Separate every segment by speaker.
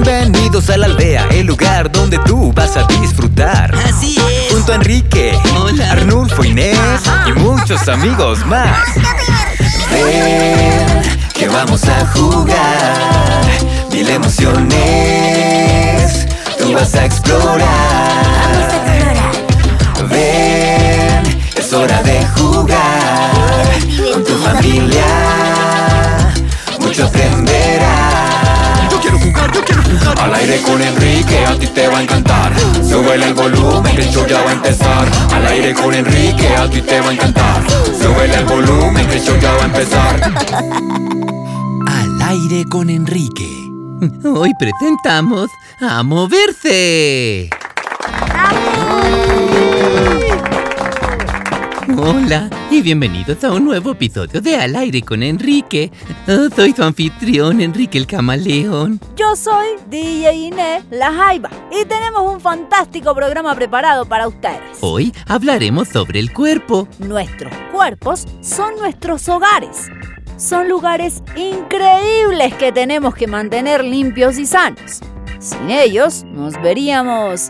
Speaker 1: Bienvenidos a la aldea, el lugar donde tú vas a disfrutar.
Speaker 2: Así es.
Speaker 1: Junto a Enrique,
Speaker 2: hola,
Speaker 1: Arnulfo, Inés y muchos amigos más. Ven, que vamos a jugar. Mil emociones tú vas a explorar. Ven, es hora de jugar. Con tu familia mucho aprenderás.
Speaker 3: Yo quiero jugar.
Speaker 1: Al aire con Enrique, a ti te va a encantar. Súbele el volumen, que el show ya va a empezar. Al aire con Enrique, a ti te va a encantar. Súbele el volumen, que el show ya va a empezar.
Speaker 2: Al aire con Enrique. Hoy presentamos A Moverse. Hola y bienvenidos a un nuevo episodio de Al aire con Enrique. Soy su anfitrión, Enrique el Camaleón.
Speaker 4: Yo soy DJ Inés La Jaiba y tenemos un fantástico programa preparado para ustedes.
Speaker 2: Hoy hablaremos sobre el cuerpo.
Speaker 4: Nuestros cuerpos son nuestros hogares. Son lugares increíbles que tenemos que mantener limpios y sanos. Sin ellos nos veríamos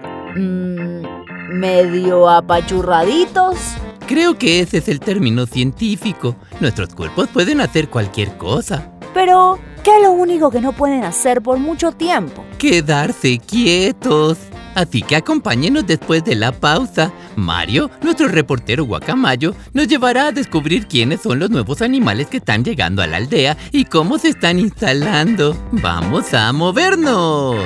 Speaker 4: medio apachurraditos.
Speaker 2: Creo que ese es el término científico. Nuestros cuerpos pueden hacer cualquier cosa.
Speaker 4: Pero, ¿qué es lo único que no pueden hacer por mucho tiempo?
Speaker 2: Quedarse quietos. Así que acompáñenos después de la pausa. Mario, nuestro reportero guacamayo, nos llevará a descubrir quiénes son los nuevos animales que están llegando a la aldea y cómo se están instalando. ¡Vamos a movernos!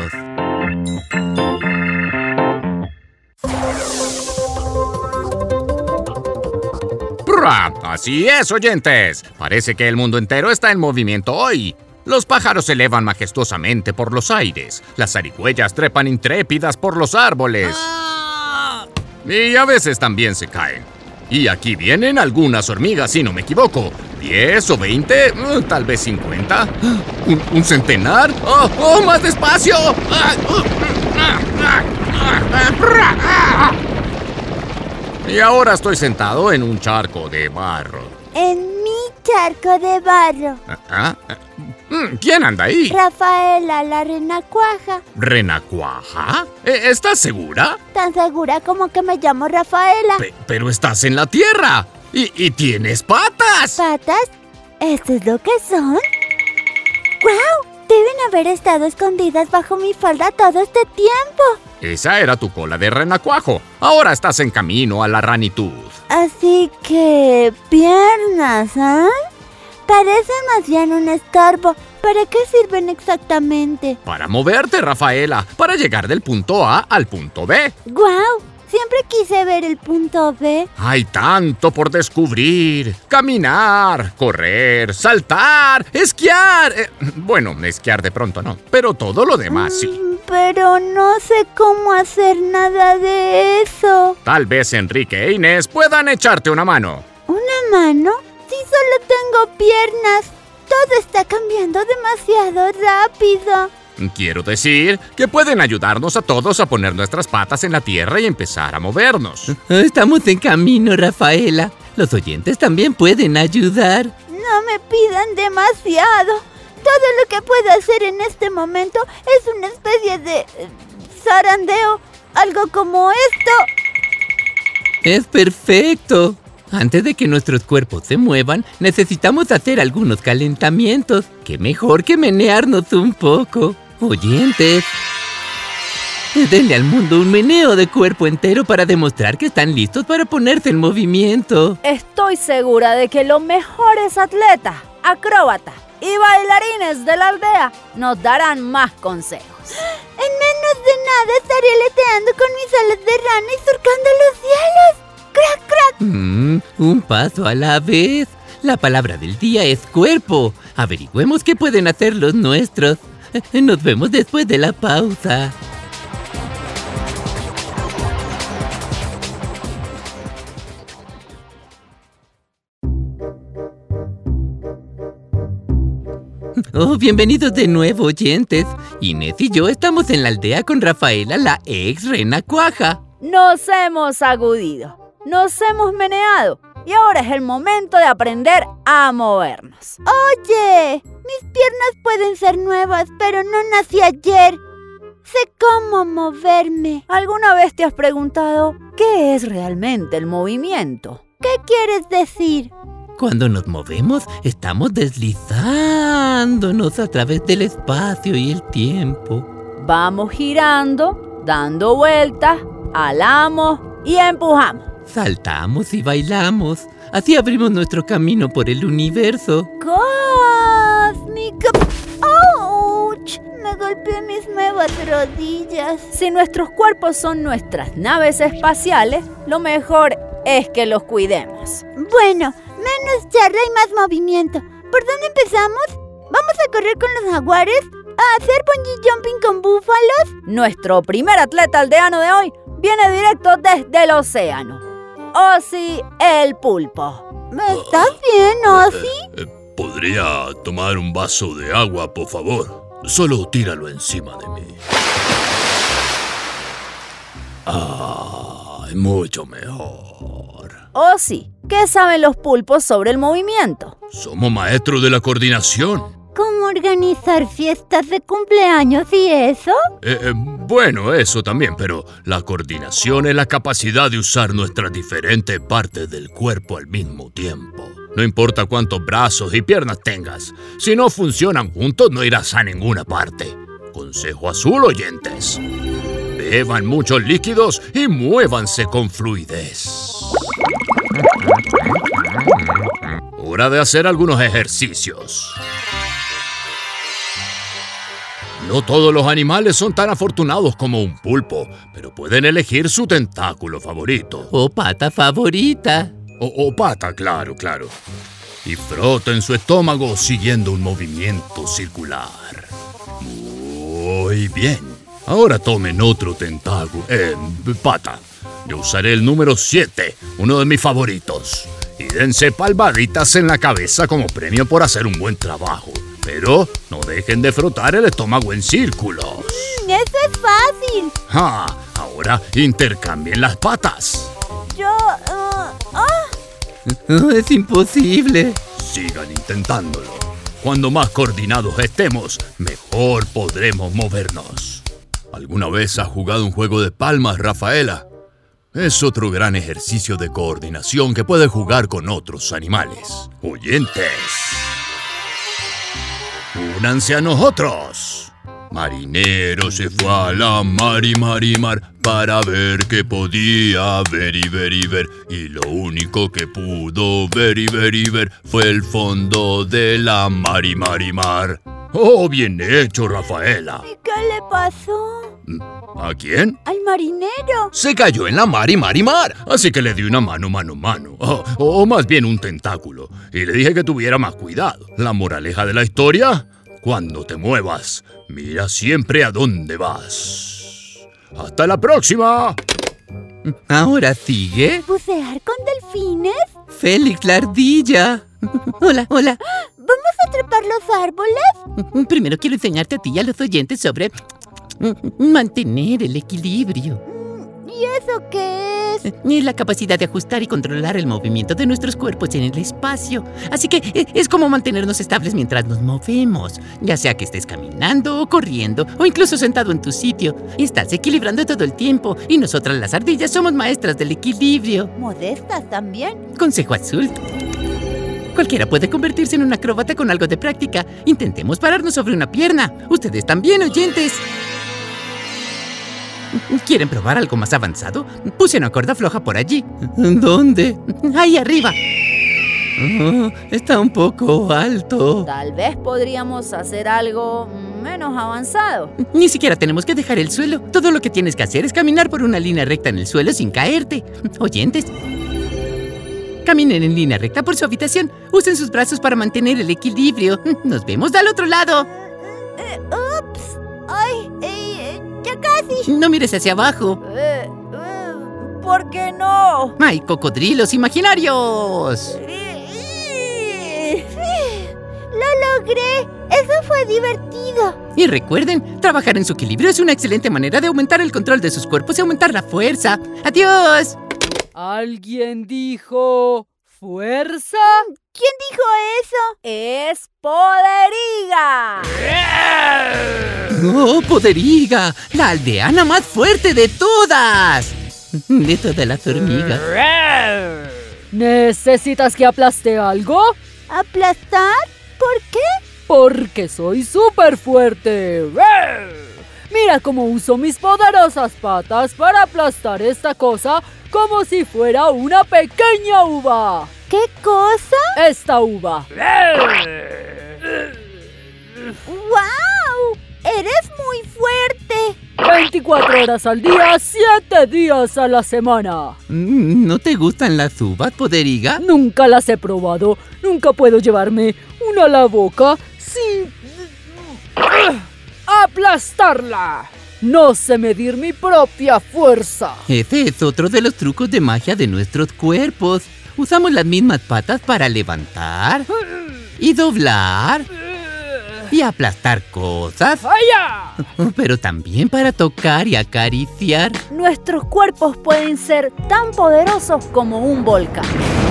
Speaker 3: Así es, oyentes. Parece que el mundo entero está en movimiento hoy. Los pájaros se elevan majestuosamente por los aires. Las zarigüeyas trepan intrépidas por los árboles. Y a veces también se caen. Y aquí vienen algunas hormigas, si no me equivoco. 10 o 20, tal vez 50. ¿Un centenar? ¡Oh, más despacio! Y ahora estoy sentado en un charco de barro.
Speaker 5: En mi charco de barro.
Speaker 3: ¿Quién anda ahí?
Speaker 5: Rafaela, la renacuaja.
Speaker 3: ¿Renacuaja? ¿Estás segura?
Speaker 5: Tan segura como que me llamo Rafaela.
Speaker 3: Pero estás en la tierra. Y tienes patas.
Speaker 5: ¿Patas? ¿Esto es lo que son? ¡Guau! Deben haber estado escondidas bajo mi falda todo este tiempo.
Speaker 3: Esa era tu cola de renacuajo. Ahora estás en camino a la ranitud.
Speaker 5: Así que... piernas, ¿ah? Parecen más bien un estorbo. ¿Para qué sirven exactamente?
Speaker 3: Para moverte, Rafaela. Para llegar del punto A al punto B.
Speaker 5: ¡Guau! Siempre quise ver el punto B.
Speaker 3: Hay tanto por descubrir. Caminar, correr, saltar, esquiar. Bueno, esquiar de pronto no, pero todo lo demás sí.
Speaker 5: Pero no sé cómo hacer nada de eso.
Speaker 3: Tal vez Enrique e Inés puedan echarte una mano.
Speaker 5: ¿Una mano? Si solo tengo piernas. Todo está cambiando demasiado rápido.
Speaker 3: Quiero decir que pueden ayudarnos a todos a poner nuestras patas en la tierra y empezar a movernos.
Speaker 2: Estamos en camino, Rafaela. Los oyentes también pueden ayudar.
Speaker 5: No me pidan demasiado. Todo lo que puedo hacer en este momento es una especie de zarandeo. Algo como esto.
Speaker 2: Es perfecto. Antes de que nuestros cuerpos se muevan, necesitamos hacer algunos calentamientos. ¡Qué mejor que menearnos un poco! Oyentes, denle al mundo un meneo de cuerpo entero para demostrar que están listos para ponerse en movimiento.
Speaker 4: Estoy segura de que los mejores atletas, acróbatas y bailarines de la aldea nos darán más consejos.
Speaker 5: En menos de nada estaré aleteando con mis alas de rana y surcando los cielos. ¡Crac, crac!
Speaker 2: Un paso a la vez. La palabra del día es cuerpo. Averigüemos qué pueden hacer los nuestros. Nos vemos después de la pausa. Oh, bienvenidos de nuevo, oyentes. Inés y yo estamos en la aldea con Rafaela, la ex renacuaja.
Speaker 4: Nos hemos agudido, nos hemos meneado y ahora es el momento de aprender a movernos.
Speaker 5: Oye, mis piernas pueden ser nuevas, pero no nací ayer. sé cómo moverme.
Speaker 4: ¿Alguna vez te has preguntado qué es realmente el movimiento?
Speaker 5: ¿Qué quieres decir?
Speaker 2: Cuando nos movemos, estamos deslizándonos a través del espacio y el tiempo.
Speaker 4: Vamos girando, dando vueltas, alamos y empujamos.
Speaker 2: Saltamos y bailamos. Así abrimos nuestro camino por el universo.
Speaker 5: ¡Cósmica! ¡Auch! Me golpeé mis nuevas rodillas.
Speaker 4: Si nuestros cuerpos son nuestras naves espaciales, lo mejor es que los cuidemos.
Speaker 5: Bueno, menos charla y más movimiento. ¿Por dónde empezamos? ¿Vamos a correr con los jaguares? ¿A hacer bungee jumping con búfalos?
Speaker 4: Nuestro primer atleta aldeano de hoy viene directo desde el océano. Ozzy el pulpo.
Speaker 5: ¿Estás bien, Ozzy?
Speaker 6: ¿Podría tomar un vaso de agua, por favor? Solo tíralo encima de mí. Mucho mejor.
Speaker 4: Ozzy, ¿qué saben los pulpos sobre el movimiento?
Speaker 6: Somos maestros de la coordinación.
Speaker 5: ¿Cómo organizar fiestas de cumpleaños y eso?
Speaker 6: Bueno, eso también, pero la coordinación es la capacidad de usar nuestras diferentes partes del cuerpo al mismo tiempo. No importa cuántos brazos y piernas tengas, si no funcionan juntos no irás a ninguna parte. Consejo azul, oyentes. Beban muchos líquidos y muévanse con fluidez. Hora de hacer algunos ejercicios. No todos los animales son tan afortunados como un pulpo, pero pueden elegir su tentáculo favorito.
Speaker 2: O pata favorita.
Speaker 6: O pata, claro. Y froten su estómago siguiendo un movimiento circular. Muy bien. Ahora tomen otro tentáculo. Pata. Yo usaré el número 7, uno de mis favoritos. Y dense palmaditas en la cabeza como premio por hacer un buen trabajo. Pero no dejen de frotar el estómago en círculos.
Speaker 5: ¡Eso es fácil!
Speaker 6: Ahora intercambien las patas.
Speaker 2: Es imposible.
Speaker 6: Sigan intentándolo. Cuando más coordinados estemos, mejor podremos movernos. ¿Alguna vez has jugado un juego de palmas, Rafaela? Es otro gran ejercicio de coordinación que puedes jugar con otros animales. Oyentes, únanse a nosotros. Marinero se fue a la mar para ver qué podía ver y ver y ver. Y lo único que pudo ver y ver y ver fue el fondo de la mar. ¡Oh, bien hecho, Rafaela!
Speaker 5: ¿Y qué le pasó?
Speaker 6: ¿A quién?
Speaker 5: Al marinero.
Speaker 6: Se cayó en la mar. Así que le di una mano. O más bien un tentáculo. Y le dije que tuviera más cuidado. La moraleja de la historia: cuando te muevas, mira siempre a dónde vas. ¡Hasta la próxima!
Speaker 2: ¿Ahora sigue?
Speaker 5: ¿Bucear con delfines?
Speaker 2: Félix la ardilla. Hola.
Speaker 5: ¿Vamos a trepar los árboles?
Speaker 2: Primero quiero enseñarte a ti y a los oyentes sobre mantener el equilibrio.
Speaker 5: ¿Y eso qué es?
Speaker 2: Es la capacidad de ajustar y controlar el movimiento de nuestros cuerpos en el espacio. Así que es como mantenernos estables mientras nos movemos. Ya sea que estés caminando o corriendo o incluso sentado en tu sitio. Y estás equilibrando todo el tiempo. Y nosotras las ardillas somos maestras del equilibrio.
Speaker 5: ¿Modestas también?
Speaker 2: Consejo azul. Cualquiera puede convertirse en un acróbata con algo de práctica. Intentemos pararnos sobre una pierna. Ustedes también, oyentes. ¿Quieren probar algo más avanzado? Puse una cuerda floja por allí. ¿Dónde? Ahí arriba. Está un poco alto.
Speaker 4: Tal vez podríamos hacer algo menos avanzado.
Speaker 2: Ni siquiera tenemos que dejar el suelo. Todo lo que tienes que hacer es caminar por una línea recta en el suelo sin caerte. Oyentes, caminen en línea recta por su habitación. Usen sus brazos para mantener el equilibrio. Nos vemos del otro lado.
Speaker 5: ¡Ups! ¡Ay! ¡Ya casi!
Speaker 2: No mires hacia abajo.
Speaker 4: ¿Por qué no?
Speaker 2: ¡Hay cocodrilos imaginarios!
Speaker 5: ¡Lo logré! ¡Eso fue divertido!
Speaker 2: Y recuerden, trabajar en su equilibrio es una excelente manera de aumentar el control de sus cuerpos y aumentar la fuerza. ¡Adiós!
Speaker 7: ¿Alguien dijo fuerza?
Speaker 5: ¿Quién dijo eso?
Speaker 4: ¡Es Poderiga!
Speaker 2: ¡Oh, Poderiga! ¡La aldeana más fuerte de todas! De todas las hormigas.
Speaker 7: ¿Necesitas que aplaste algo?
Speaker 5: ¿Aplastar? ¿Por qué?
Speaker 7: Porque soy súper fuerte. Mira cómo uso mis poderosas patas para aplastar esta cosa como si fuera una pequeña uva.
Speaker 5: ¿Qué cosa?
Speaker 7: Esta uva.
Speaker 5: ¡Guau! ¡Eres muy fuerte!
Speaker 7: 24 horas al día, 7 días a la semana.
Speaker 2: ¿No te gustan las uvas, Poderiga?
Speaker 7: Nunca las he probado. Nunca puedo llevarme una a la boca sin aplastarla. No sé medir mi propia fuerza.
Speaker 2: Ese es otro de los trucos de magia de nuestros cuerpos. Usamos las mismas patas para levantar y doblar y aplastar cosas,
Speaker 7: ¡Vaya!
Speaker 2: pero también para tocar y acariciar.
Speaker 4: Nuestros cuerpos pueden ser tan poderosos como un volcán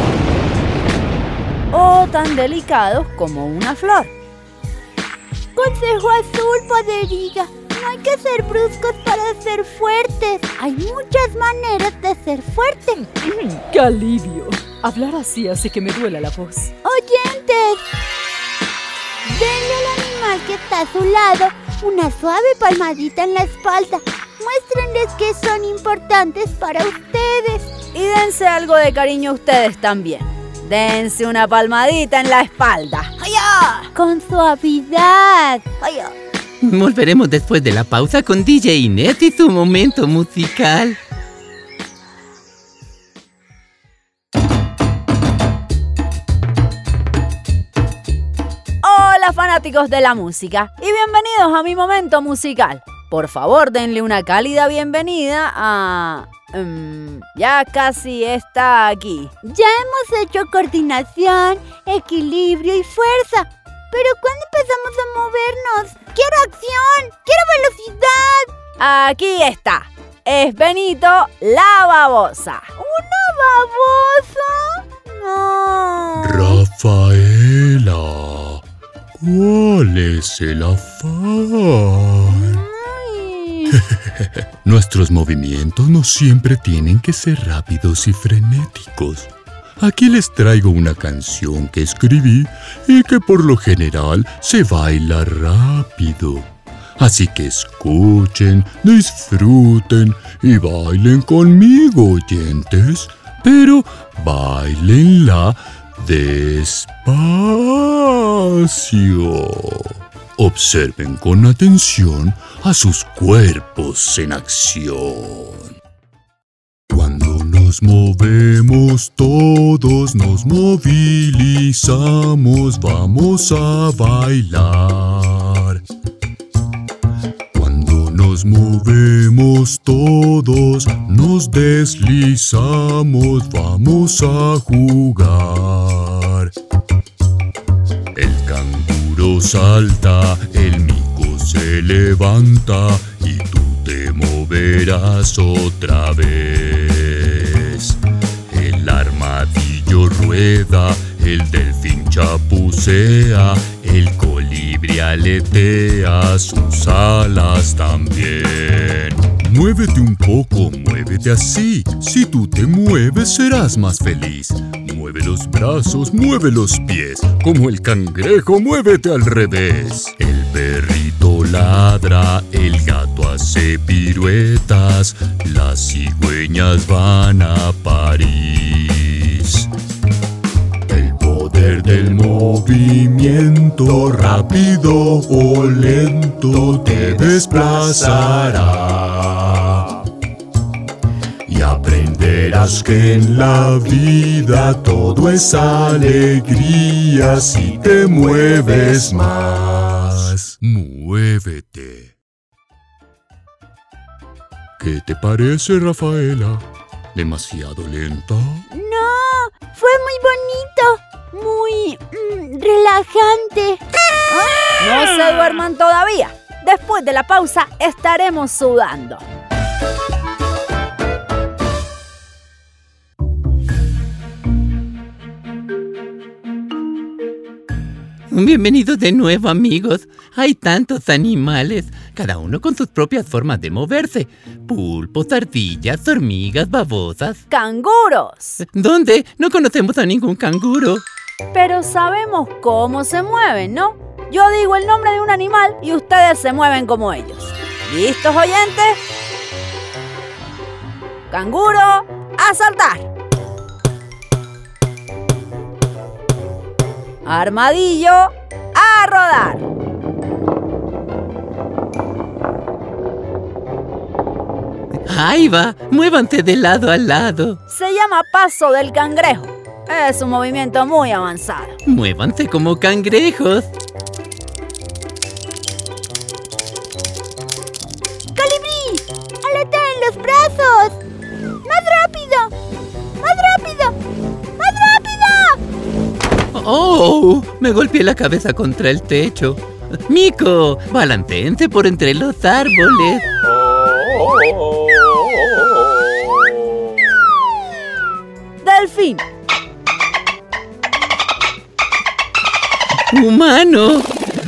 Speaker 4: o tan delicados como una flor.
Speaker 5: Consejo azul, Poderiga. No hay que ser bruscos para ser fuertes. Hay muchas maneras de ser fuerte.
Speaker 7: ¡Qué alivio! Hablar así hace que me duela la voz.
Speaker 5: Oyentes, denle al animal que está a su lado una suave palmadita en la espalda. Muéstrenles que son importantes para ustedes.
Speaker 4: Y dense algo de cariño a ustedes también. Dense una palmadita en la espalda.
Speaker 5: ¡Ay-ya! Con suavidad. ¡Ay-ya!
Speaker 2: Volveremos después de la pausa con DJ Inés y su momento musical.
Speaker 4: Hola fanáticos de la música y bienvenidos a mi momento musical. Por favor, denle una cálida bienvenida a... ya casi está aquí.
Speaker 5: Ya hemos hecho coordinación, equilibrio y fuerza. Pero ¿cuándo empezamos a movernos? ¡Quiero acción! ¡Quiero velocidad!
Speaker 4: Aquí está. Es Benito la babosa.
Speaker 5: ¿Una babosa? No.
Speaker 6: Rafaela, ¿cuál es el afán?
Speaker 5: Ay.
Speaker 6: Nuestros movimientos no siempre tienen que ser rápidos y frenéticos. Aquí les traigo una canción que escribí y que por lo general se baila rápido. Así que escuchen, disfruten y bailen conmigo, oyentes. Pero bailenla despacio. Observen con atención a sus cuerpos en acción. Cuando nos movemos todos, nos movilizamos, vamos a bailar. Cuando nos movemos todos, nos deslizamos, vamos a jugar. El canguro salta, el mico se levanta y tú te moverás otra vez. El armadillo rueda, el delfín chapucea, el colibrí aletea, sus alas también. Muévete un poco, muévete así. Si tú te mueves serás más feliz. Mueve los brazos, mueve los pies. Como el cangrejo, muévete al revés. El perrito ladra, el gato hace piruetas. Las cigüeñas van a París. El poder del movimiento, rápido o lento, te desplazará. Y aprenderás que en la vida todo es alegría si te mueves más. Muévete. ¿Qué te parece, Rafaela? ¿Demasiado lenta?
Speaker 5: No, fue muy bonito, muy relajante.
Speaker 4: No se duerman todavía. Después de la pausa estaremos sudando.
Speaker 2: Bienvenidos de nuevo, amigos. Hay tantos animales, cada uno con sus propias formas de moverse. Pulpos, ardillas, hormigas, babosas.
Speaker 4: ¡Canguros!
Speaker 2: ¿Dónde? No conocemos a ningún canguro.
Speaker 4: Pero sabemos cómo se mueven, ¿no? Yo digo el nombre de un animal y ustedes se mueven como ellos. ¿Listos, oyentes? Canguro, a saltar. Armadillo, a rodar.
Speaker 2: Ahí va, muévanse de lado a lado.
Speaker 4: Se llama paso del cangrejo. Es un movimiento muy avanzado.
Speaker 2: Muévanse como cangrejos.
Speaker 5: ¡Colibrí! ¡Aleta en los brazos! ¡Más rápido! ¡Más rápido! ¡Más rápido!
Speaker 2: ¡Oh! Me golpeé la cabeza contra el techo. ¡Mico! ¡Balantéense por entre los árboles!
Speaker 4: Delfín.
Speaker 2: ¡Humano!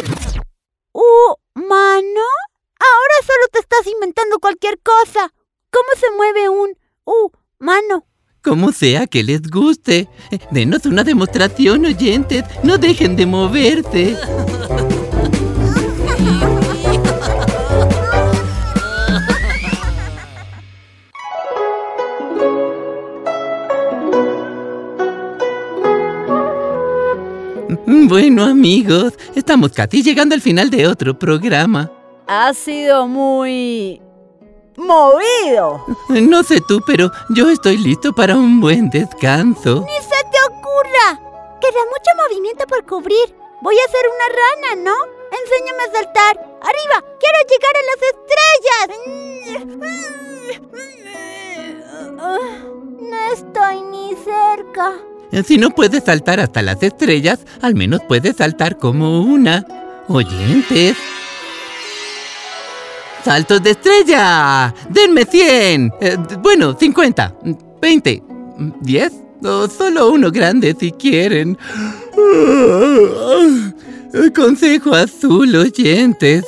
Speaker 5: ¿Humano? Ahora solo te estás inventando cualquier cosa. ¿Cómo se mueve un humano?
Speaker 2: Como sea que les guste. Denos una demostración, oyentes. No dejen de moverse. Bueno, amigos, estamos casi llegando al final de otro programa.
Speaker 4: Ha sido muy movido.
Speaker 2: No sé tú, pero yo estoy listo para un buen descanso.
Speaker 5: ¡Ni se te ocurra! Queda mucho movimiento por cubrir. Voy a ser una rana, ¿no? Enséñame a saltar. ¡Arriba! ¡Quiero llegar a las estrellas! No estoy ni cerca.
Speaker 2: Si no puedes saltar hasta las estrellas, al menos puedes saltar como una. Oyentes. ¡Saltos de estrella! ¡Denme 100! Bueno, 50, 20, 10 o solo uno grande si quieren. Consejo azul, oyentes.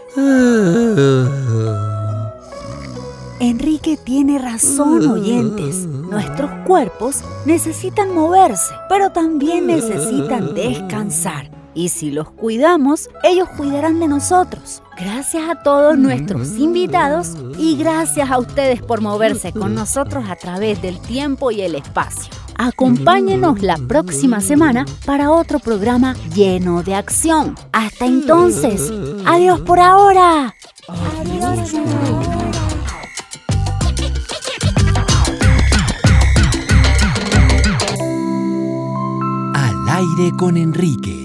Speaker 4: Enrique tiene razón, oyentes. Nuestros cuerpos necesitan moverse, pero también necesitan descansar. Y si los cuidamos, ellos cuidarán de nosotros. Gracias a todos nuestros invitados y gracias a ustedes por moverse con nosotros a través del tiempo y el espacio. Acompáñenos la próxima semana para otro programa lleno de acción. Hasta entonces, adiós por ahora.
Speaker 5: Adiós.
Speaker 8: Al aire con Enrique.